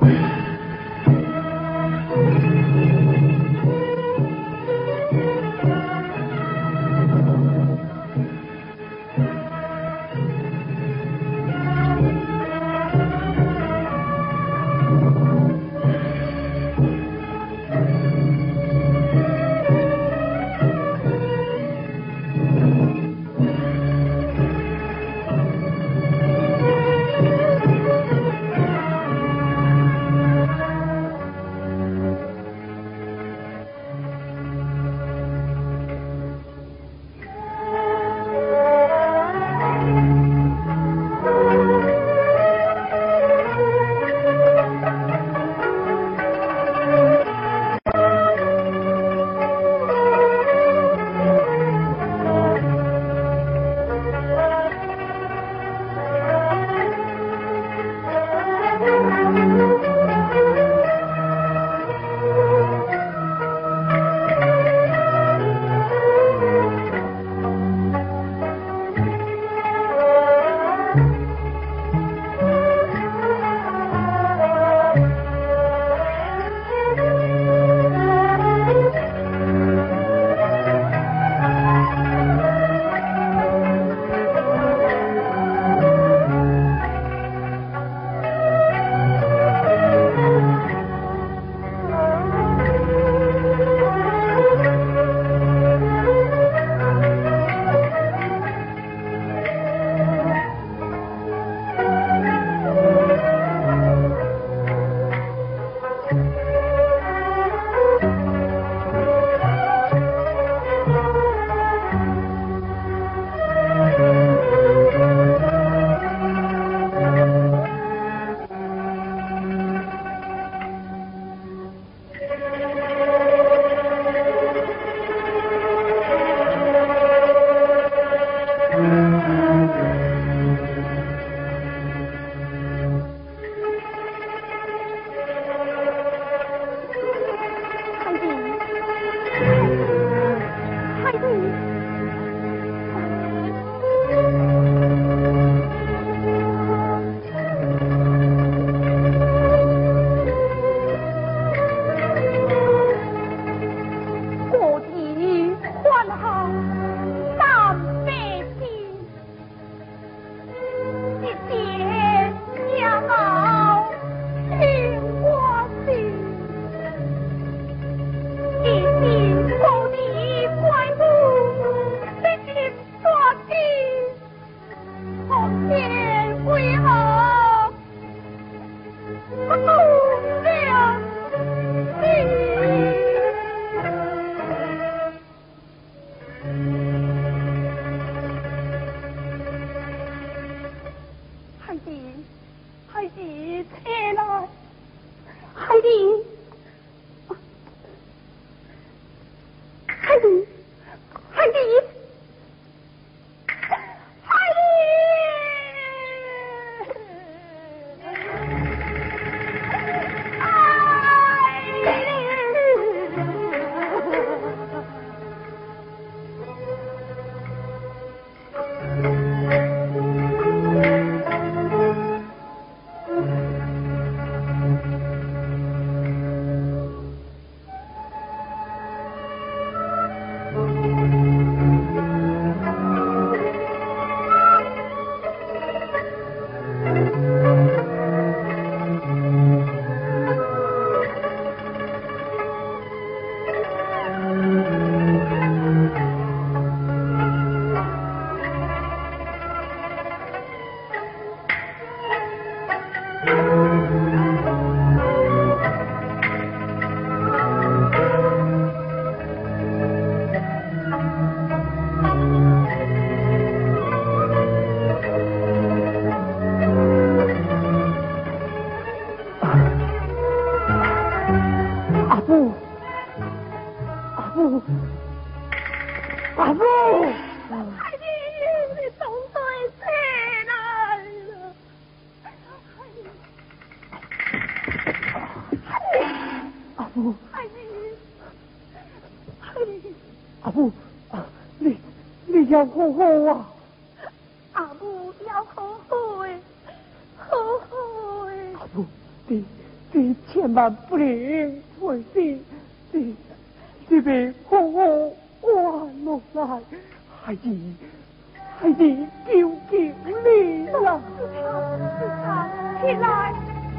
要好好啊！ 阿母要好好的，好好的。 阿母，你你千万不能回避，你被红红换落来，孩子救你啦！ 起来！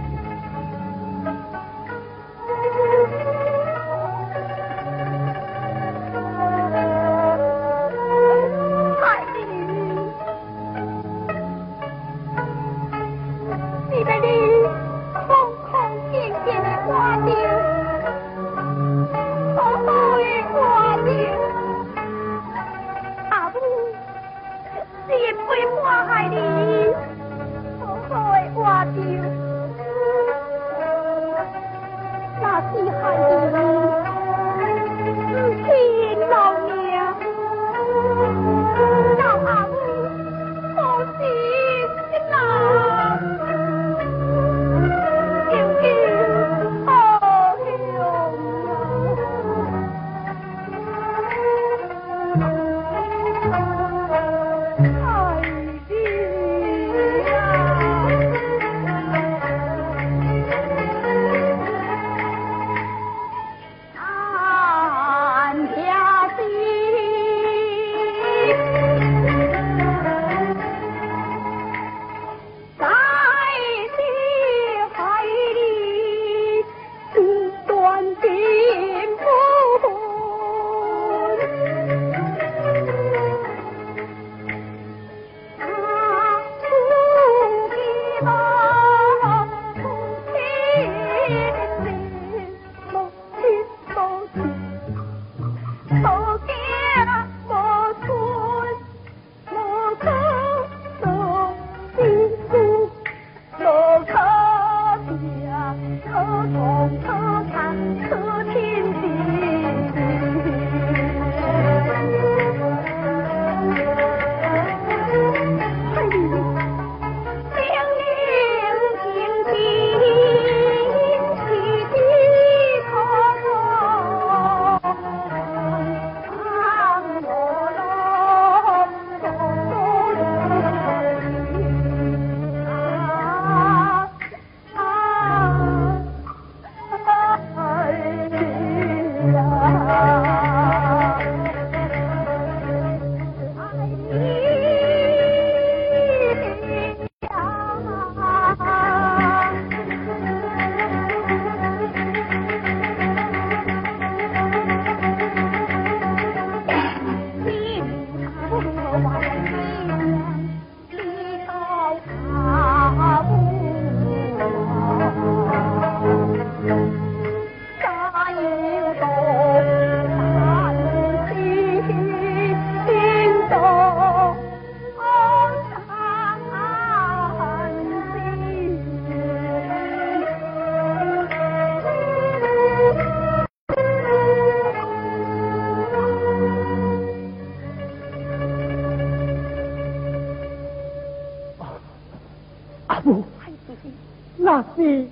那是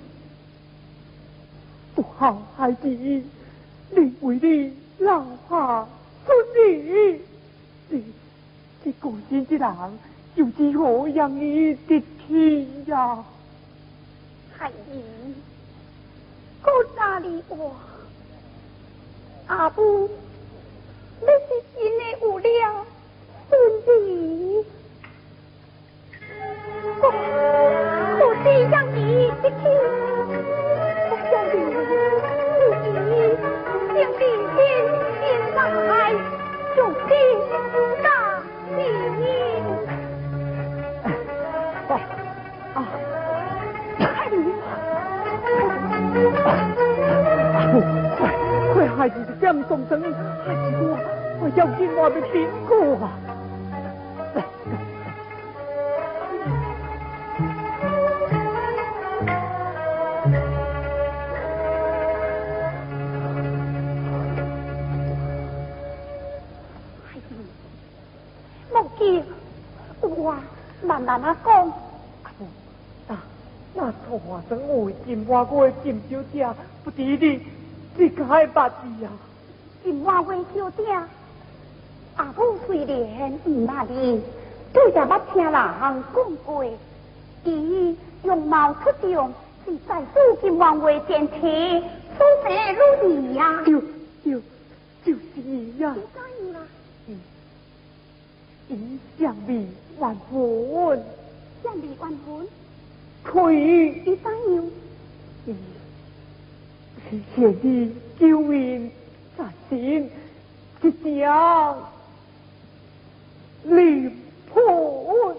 不好，孩子，你为你老下出力，你孤身一人，又如何让你的天呀？ 孩儿，我哪里话？阿母，你是真的有了孙子。我只让你一去，我想你自己将你心来，就地大地。 快孩子是这么重生，孩子我要紧话要听过啊！ 我慢慢啊讲， 那错话生为金花哥的金小姐，不知你该捌伊啊？ 金花哥小姐，阿母虽然唔捌你，对也捌听人讲过，伊容貌出众， 是在如今王位前提，所写如你呀。 就是呀。 你怎样啦？ 伊相比万婚， 相比万婚， 可以伊怎样？ 现你救援在先，即将离婚。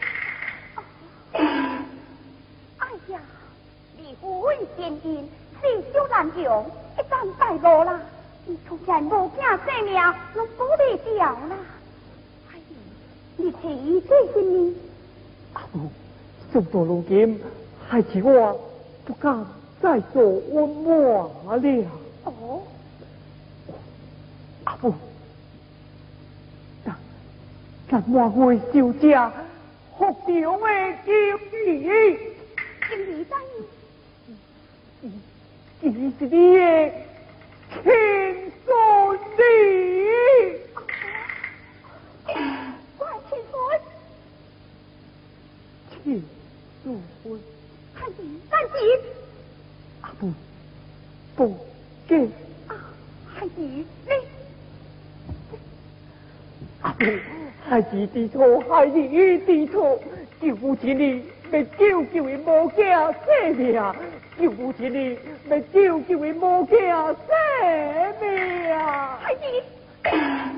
哎呀，离婚前因是小难容，一旦败落啦，伊出现无囝性命，拢保袂掉啦。哎呀，你替伊做什么？ 阿母，事到如今，还是我不敢再做温磨了。 哦， 阿母，咱晚会小姐福州的经理， 经理怎样？ 伊是你的亲孙女。 我的亲孙。 亲孙。 孩子，孩子。 阿母，不给。 孩子，你。 阿母，孩子知错，孩子知错，救父亲你，要救伊无囝性命，救父亲你，要救伊无囝性命。 孩子。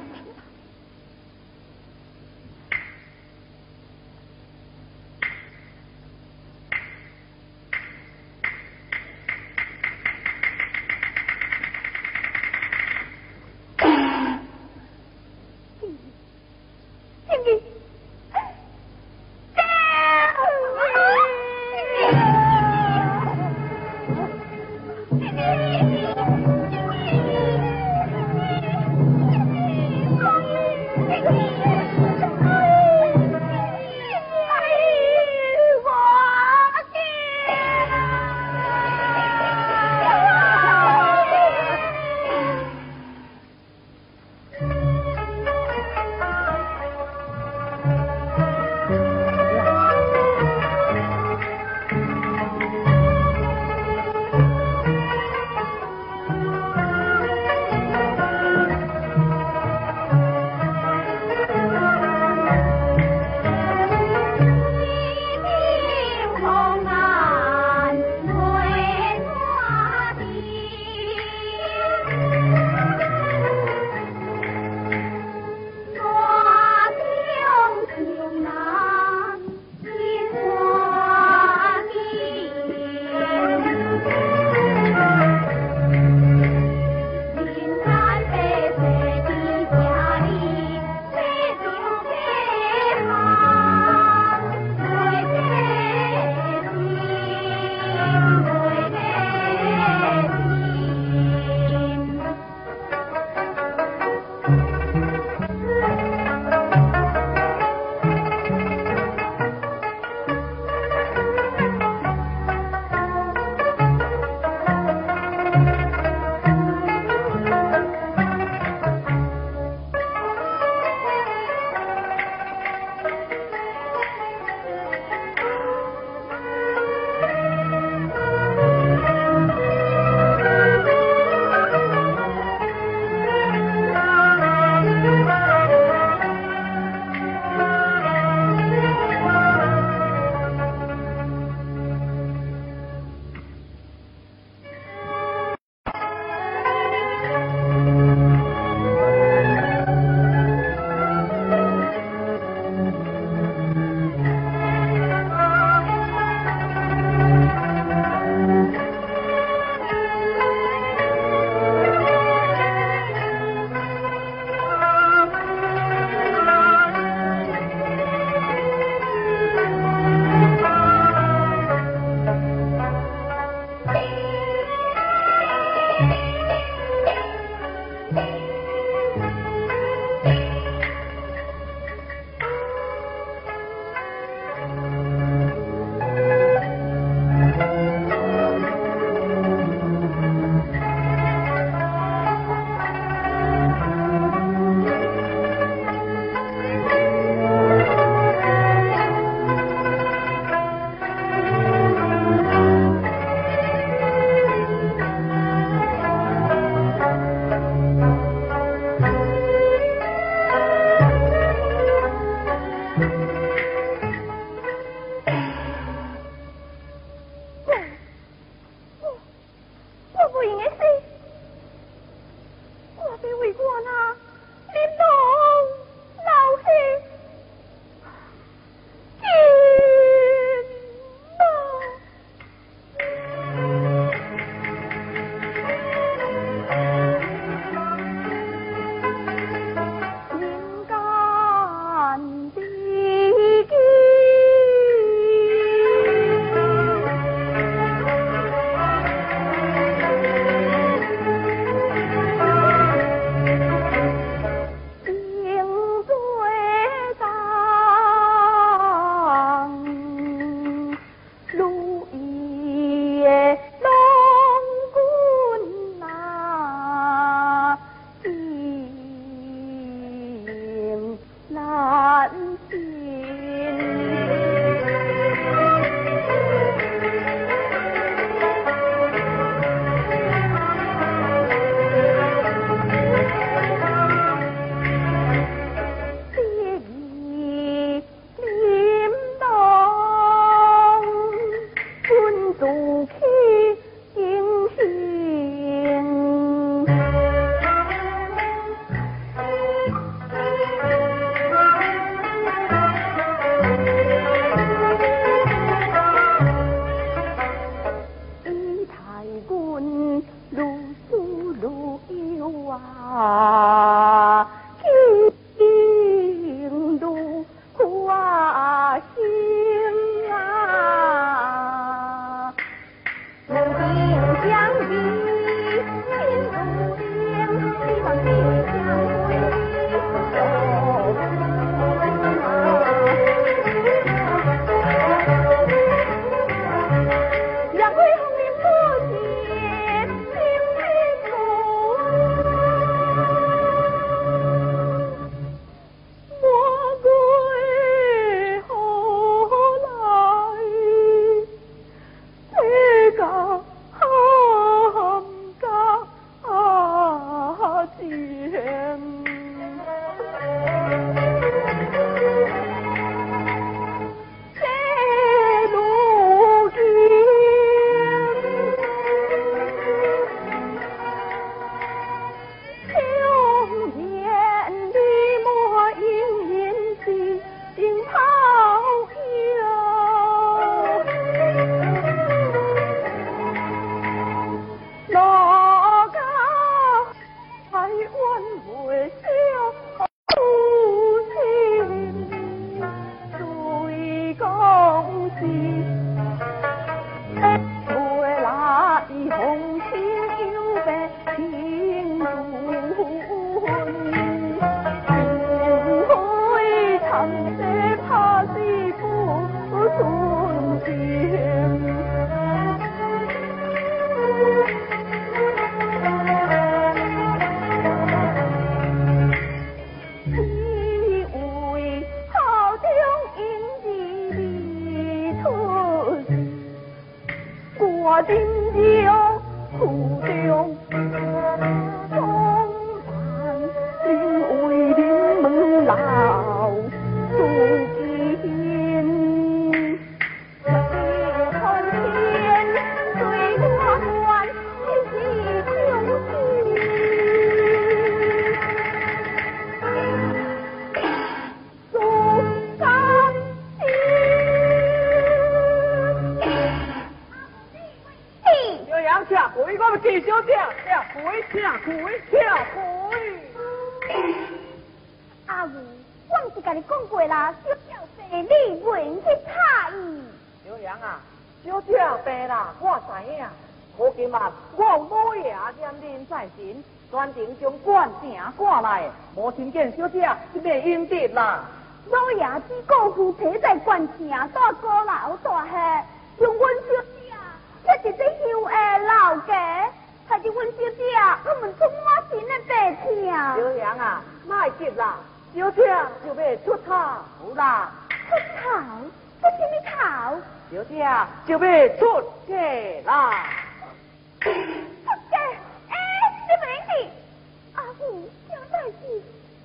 阿姨，我是甲你讲过啦，小小病你袂去插伊。 小杨啊，小姐病啦，我知影。可今嘛，我有老爷念念在心，专程将冠城赶来，无听见小姐一个应得啦。 老爷只顾夫妻在关城大高楼大厦，用阮小姐却一只乡下老家，害得阮小姐我们充满心的白疼。 小杨啊，卖急啦，小姐就要出头啦。 出头？出什么头？ 小姐就要出嫁啦。 出嫁？你不能去。阿父，现在是。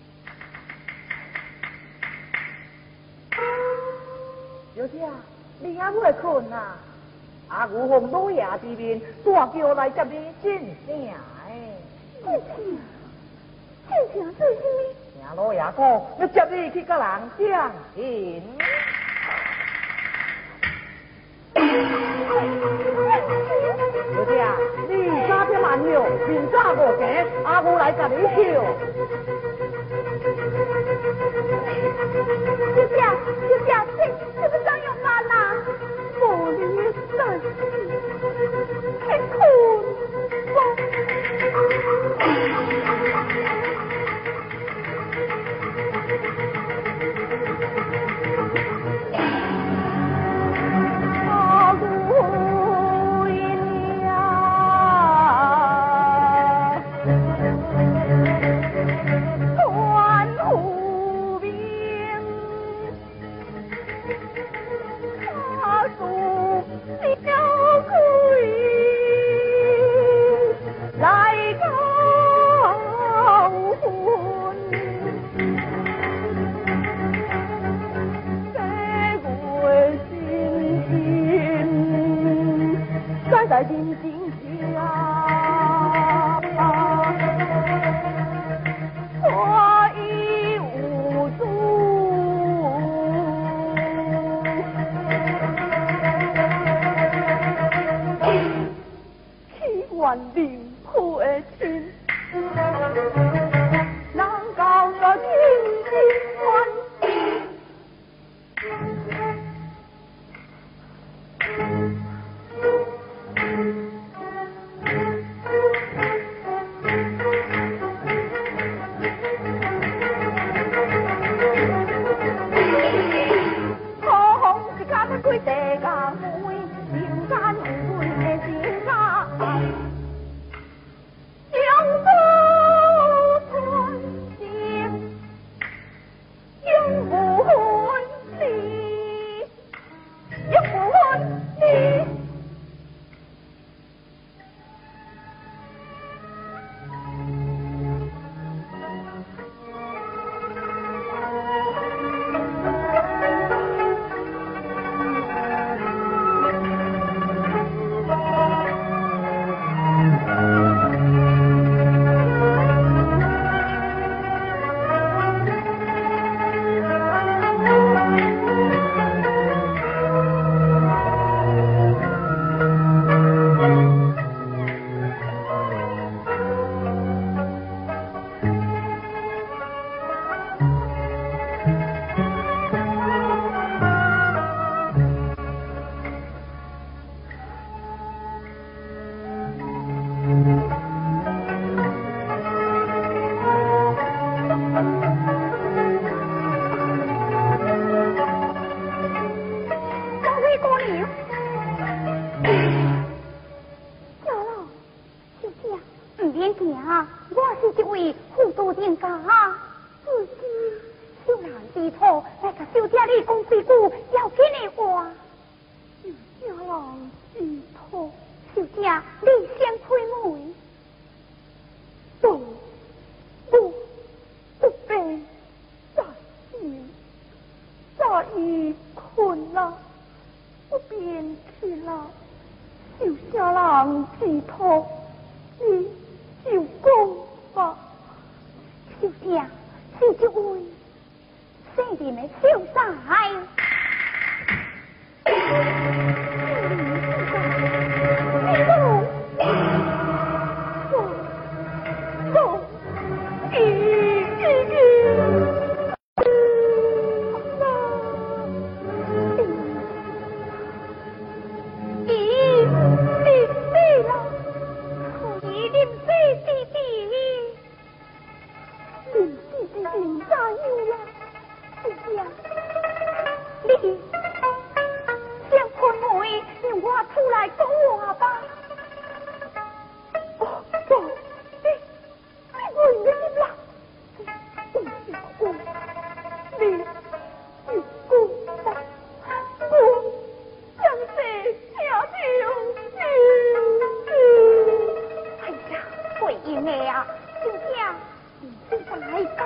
小姐，你还未困啊？阿牛奉老爷之命，大叫来接你进城诶。 进城做什么？ 听老爷讲，要接你去甲人相亲。小姐，你3点晚了，明早5更，阿牛来甲你叫。 小姐，这个怎样办啊？无理但是太困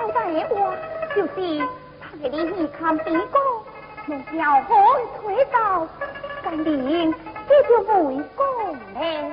交代的话，就是他给你耳看鼻哥，用条河推到，但连这就没讲嘞。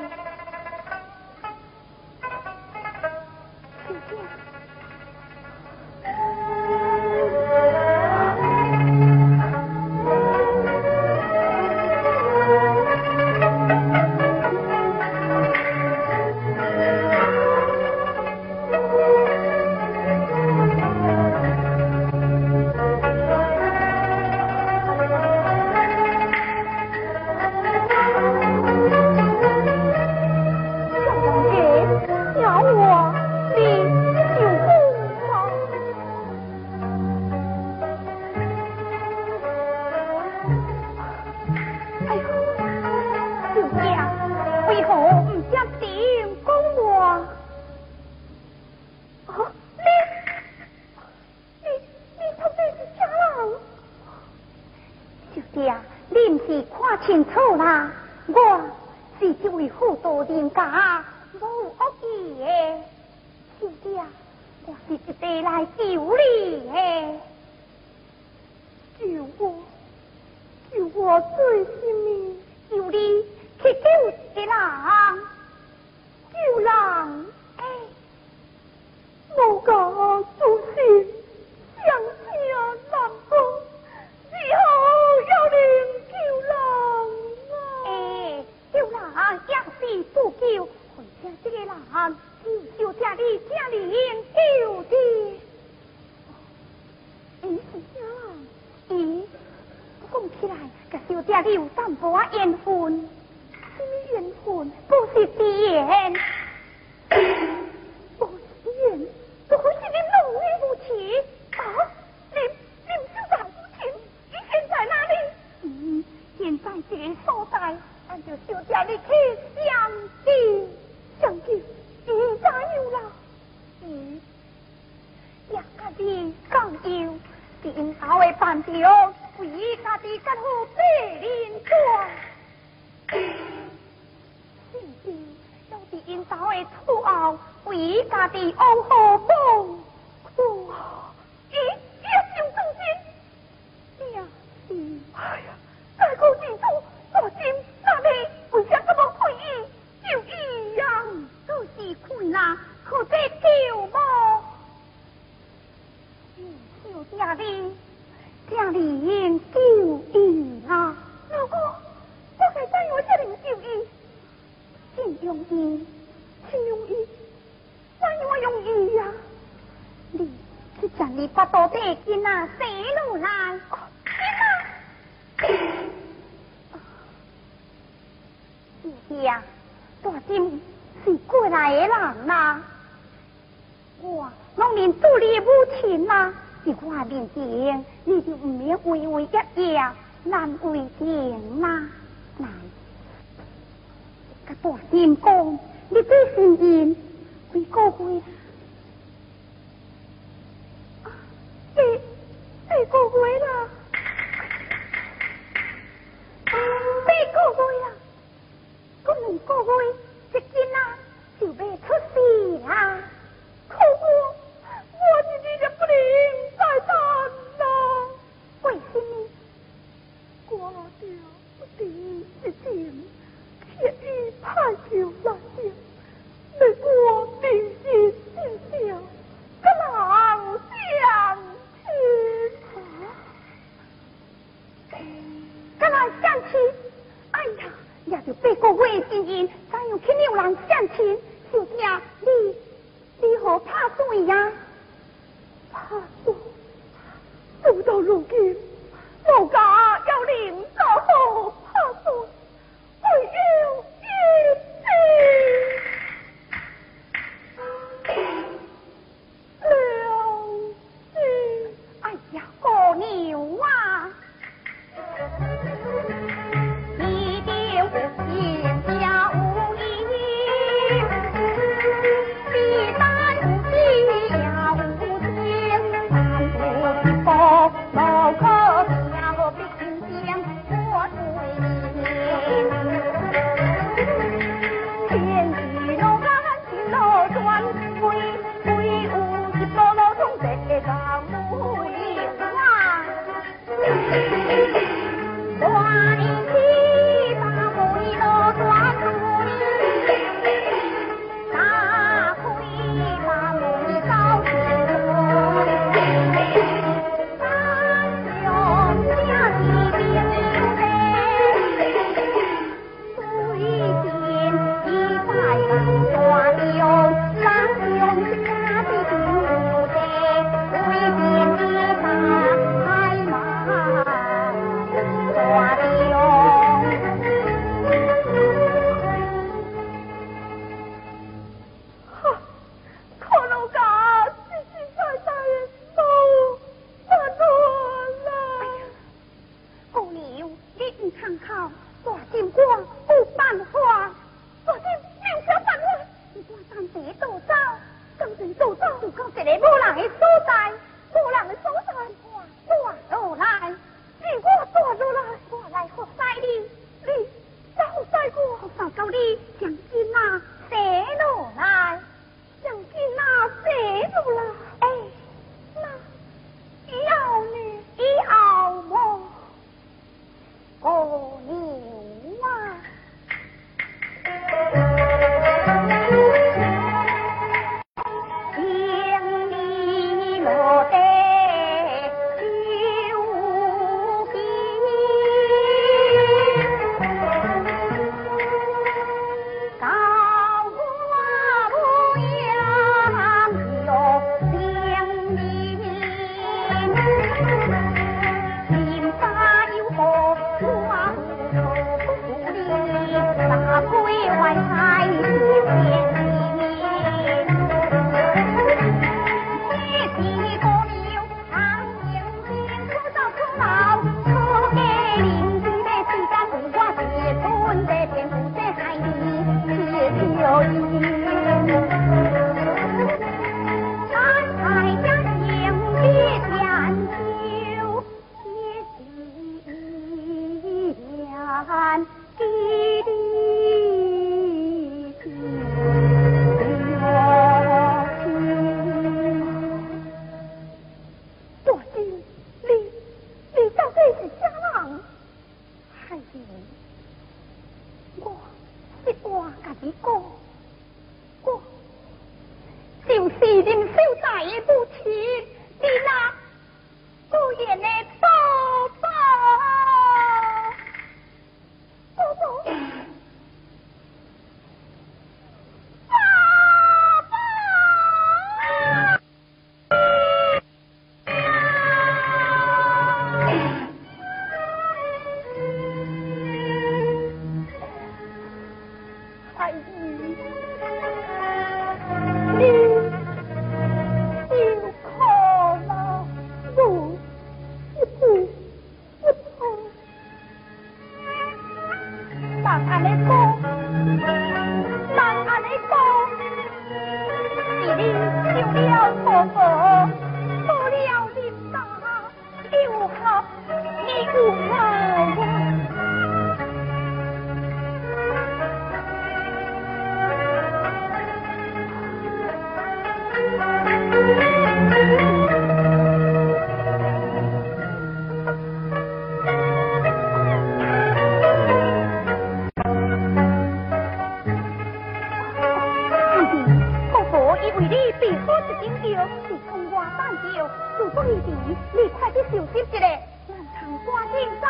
如果你弟，你快去收拾一下，咱通赶紧走。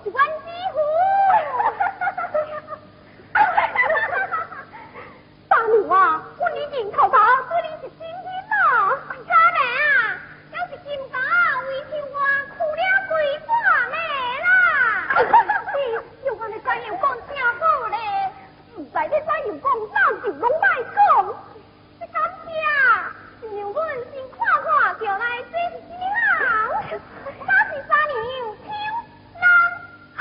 是阮师傅。大娘啊，阮已经头头对你是真心啦。可能啊，要是金家为求我哭了几半暝啦。叫我的怎样讲正好咧？唔知你怎样讲，哪就拢莫讲。你感谢，是让阮先看看就来这是什么人？我是三娘秋郎啊！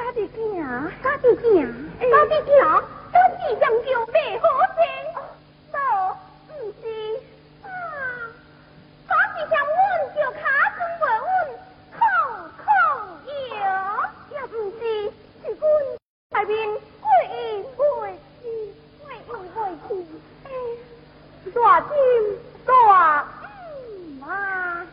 家己行，家己行，家己行，咱自然就袂好听。无，唔是啊，家己向阮就卡身袂稳，空摇，也唔是是阮内面过意袂去，大金大啊！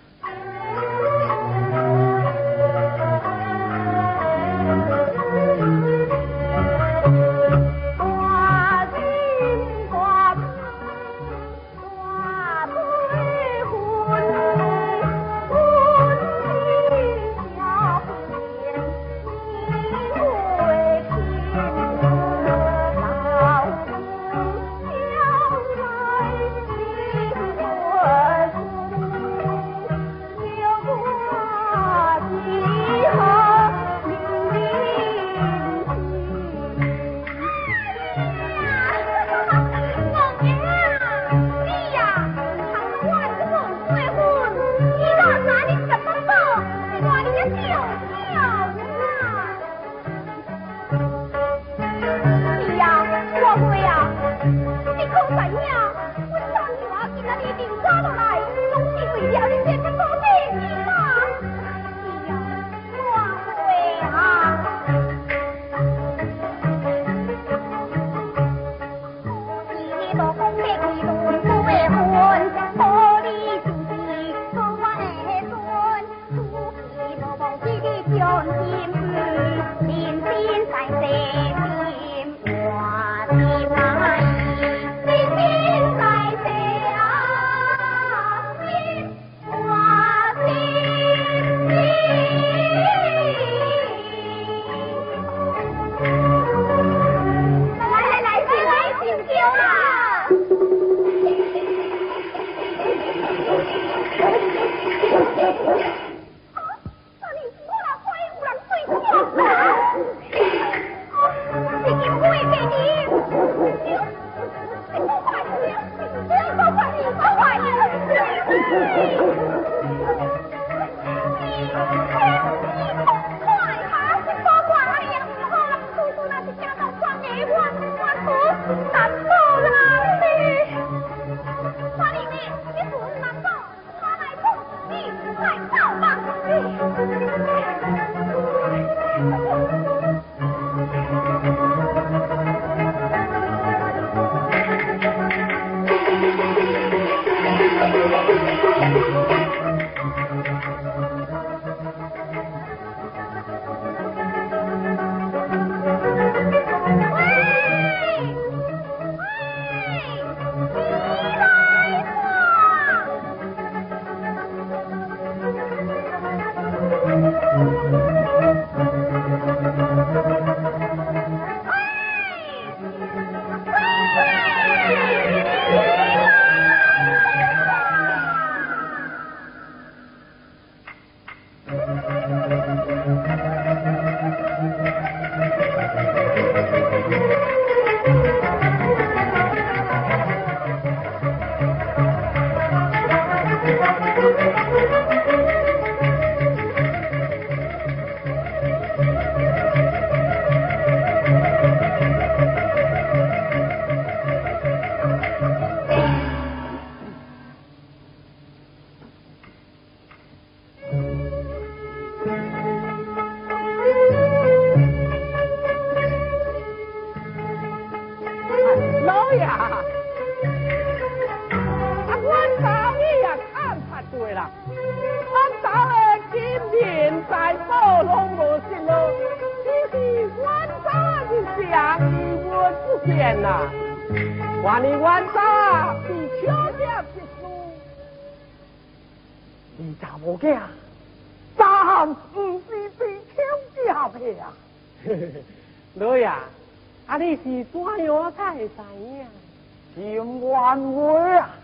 女啊，啊你是怎样才会知影？情愿会啊！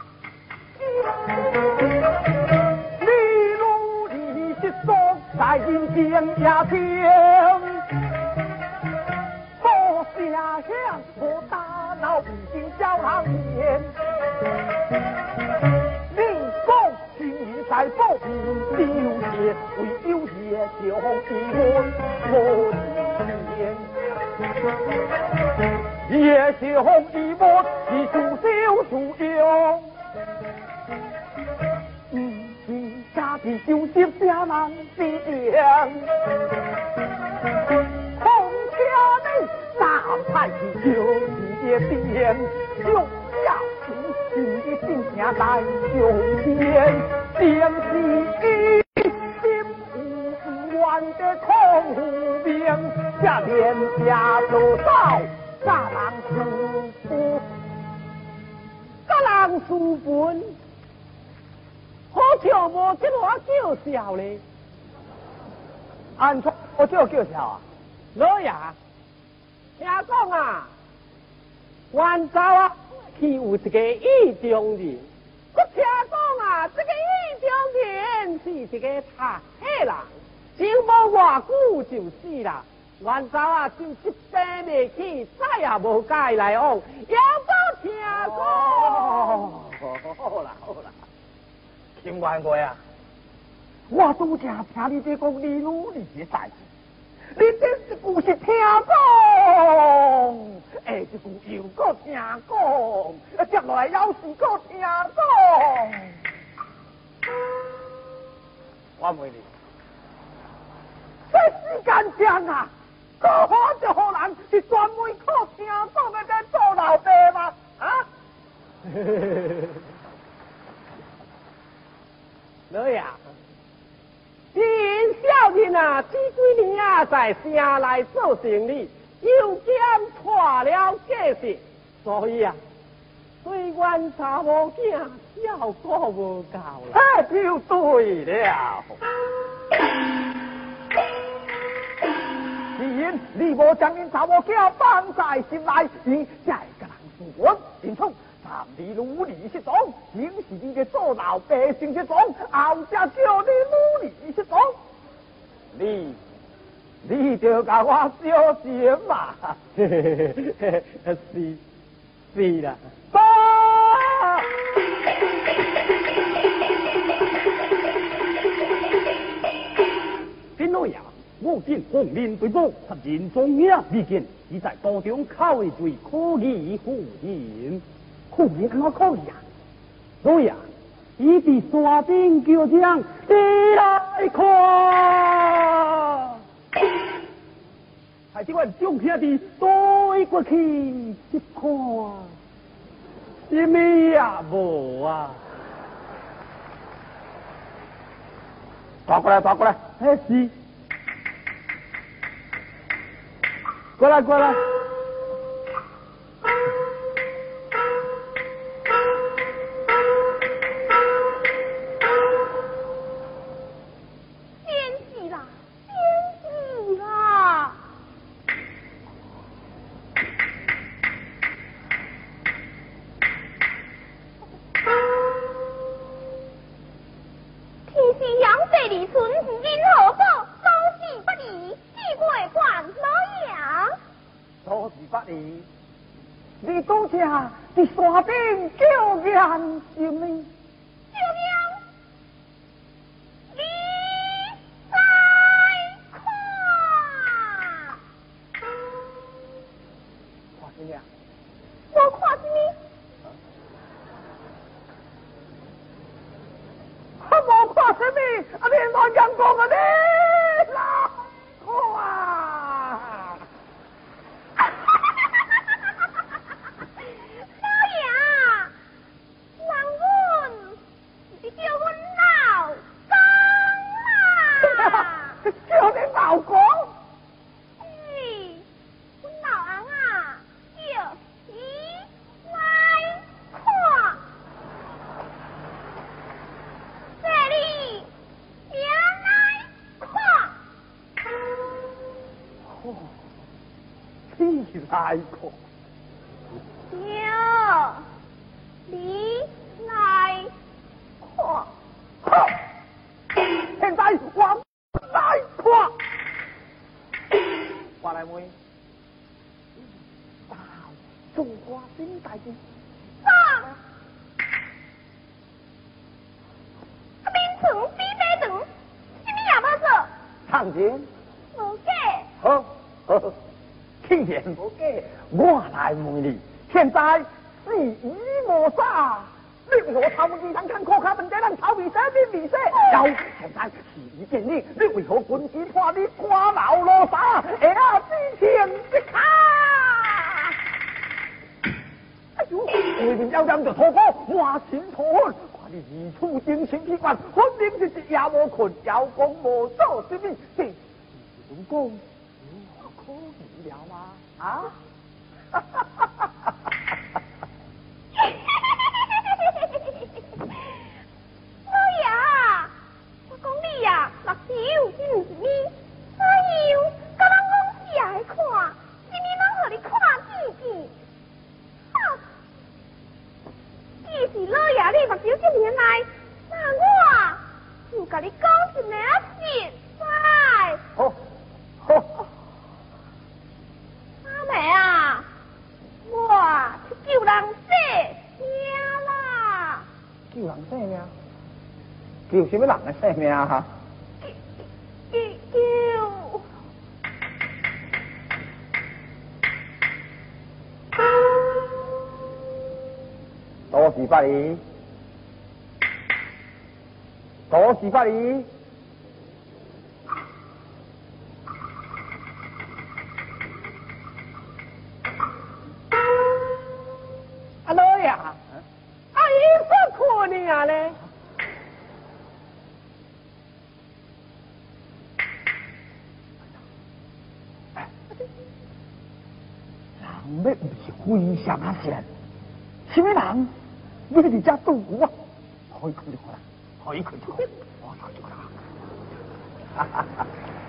你如你是所在人间也听，多声响，无打闹，不经叫人言。你讲情义在保护，流血为有言。 小红一碗无钱，夜小红一碗是自小自用，家己就接家人之养，况且呢大派是就是的店，用下钱是真正大上天，正是的空无名，下天下做到杀人书夫，杀人书本，好像无这么叫嚣咧。安怎我叫嚣啊？老爷，听讲啊，原早啊去有一个意中人，我听讲啊，这个意中人是一个读册人。想无偌久就死啦，原早啊就一病未起，再也无该来往，也无听讲。好啦好啦，金元贵啊，我拄正听你在讲你女儿的代志，你这一句是听讲，这句又搁听讲，接落来又是搁听讲。我问你。这时间长啊，好好就好人是专门靠听讲的在做老爸吗？啊？老爷，今小人啊，这几年啊在城内做生意，又兼破了家事，所以啊，对阮查某囝照顾无够啦。这就对了。既然你无将因查某囝放在心内，因才会甲人负我，因此暂你女儿失踪，正是你嘅做老爸先失踪，后才叫你女儿失踪。你就甲我小心嘛，是啦。金老爷。我见皇面对簿，插人中央意见，已在道中考虑罪，可以胡言。胡言安怎可以啊？老爷，伊伫山顶叫声，你来看。还是阮众兄弟对过去一看，什么也无啊！抓过来，抓过来，是。过来，过来。 天喜啦，天喜啦！天喜养这里村是因何故？高兴不离，地贵冠老爷。 多是不离，你拄则伫山顶叫人什么？ 叫娘，你来看。 看什么？ 我看什么？ 我无看什么，你乱讲讲啊！你来看。 老爷，让阮是叫阮老公啦。 叫你老公？ 阮老翁啊，叫伊来看。这里也来看。 哦，你来看。 娘，你来看。 好，现在我来看。我来问，做花生代志。 上。面床比马床，什么也无做。 倘当真？ 无假。 好，既然无假，我来问你，现在是一无啥，你为何头文字堂看苦卡问题，咱头未洗面未洗？有，现在事已见你，你为何军师判你官老罗沙，下啊之前一卡？哎呦，外面妖孽就吐火，满身吐粉，看你二处精神器官，分明是一夜无困，有功无做，什么？这是本宫我可以了吗？啊？哈哈哈哈哈哈！ 老爷，我讲你呀，目睭是毋是你？哪有？甲人讲是爱看，是你人互你看见见。既是老爷你目睭这么来，那我就甲你讲一名实在。 好，好。 阿妹啊，我去救人性命啦！ 救人性命？救什么人的性命哈？ 救！ 多事不离，多事不离。 阿老爷，阿姨不可能啊嘞！ 人要不是非常啊善，什么人要伫遮拄我？可以看就好啦，可以看就好，我看就好啦。哈哈哈。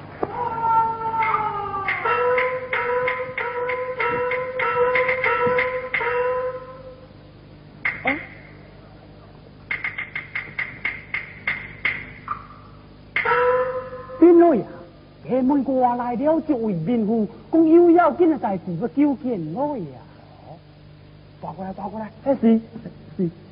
边老爷，下门过来了，作为民妇，讲有要紧的代志要求见老爷。抓过来，抓过来，是。